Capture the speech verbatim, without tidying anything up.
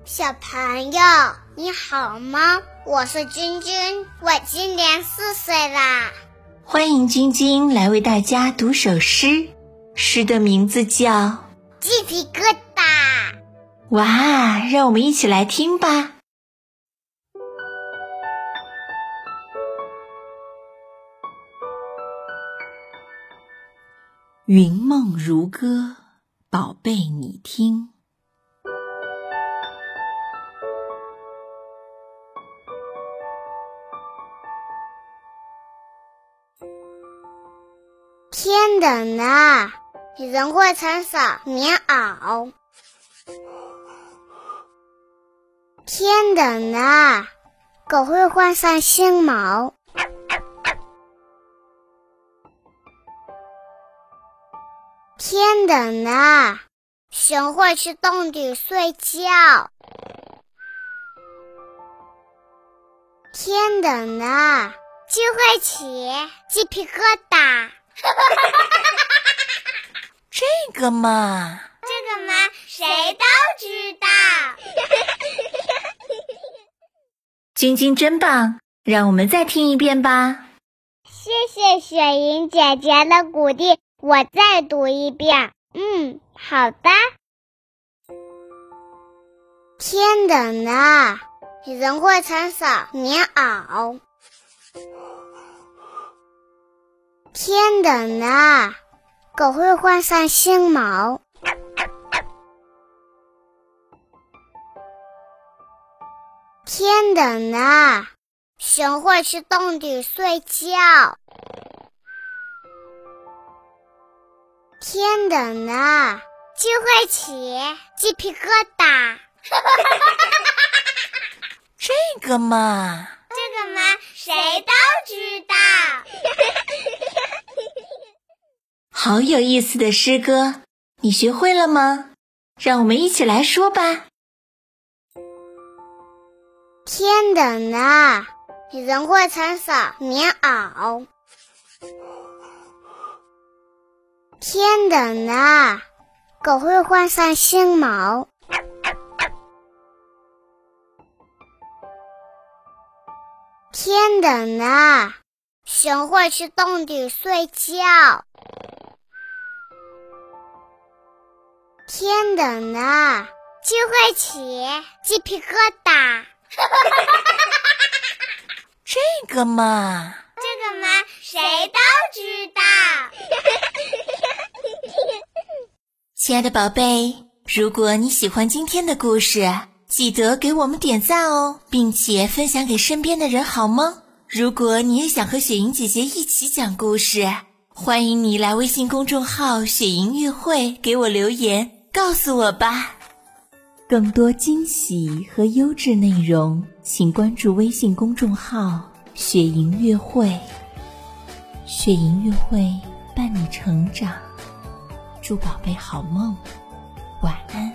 小朋友你好吗？我是君君，我今年四岁啦。 欢迎君君来为大家读首诗，诗的名字叫鸡皮疙瘩。 哇，让我们一起来听吧。云梦如歌，宝贝你听。 天冷了，人会穿上棉袄。天冷了，狗会换上新毛。天冷了，熊会去洞里睡觉。天冷了，就会起鸡皮疙瘩。 这个嘛， 这个嘛，谁都知道。 君君真棒，让我们再听一遍吧。 谢谢雪莹姐姐的鼓励，我再读一遍。嗯，好的。天冷了，人会穿上棉袄。天冷了，狗会换上新毛。天冷了，熊会去洞里睡觉。天冷了，就会起鸡皮疙瘩。 这个嘛， 这个嘛，谁都知道。 好有意思的诗歌，你学会了吗？让我们一起来说吧。 天冷了，人会穿上棉袄。天冷了，狗会换上新毛。天冷了，熊会去洞里睡觉。天冷了，就会起鸡皮疙瘩。 这个嘛， 这个嘛，谁都知道。 亲爱的宝贝，如果你喜欢今天的故事，记得给我们点赞哦，并且分享给身边的人好吗？如果你也想和雪莹姐姐一起讲故事，欢迎你来微信公众号雪莹乐会给我留言告诉我吧。更多惊喜和优质内容，请关注微信公众号雪莹乐会。雪莹乐会伴你成长，祝宝贝好梦，晚安。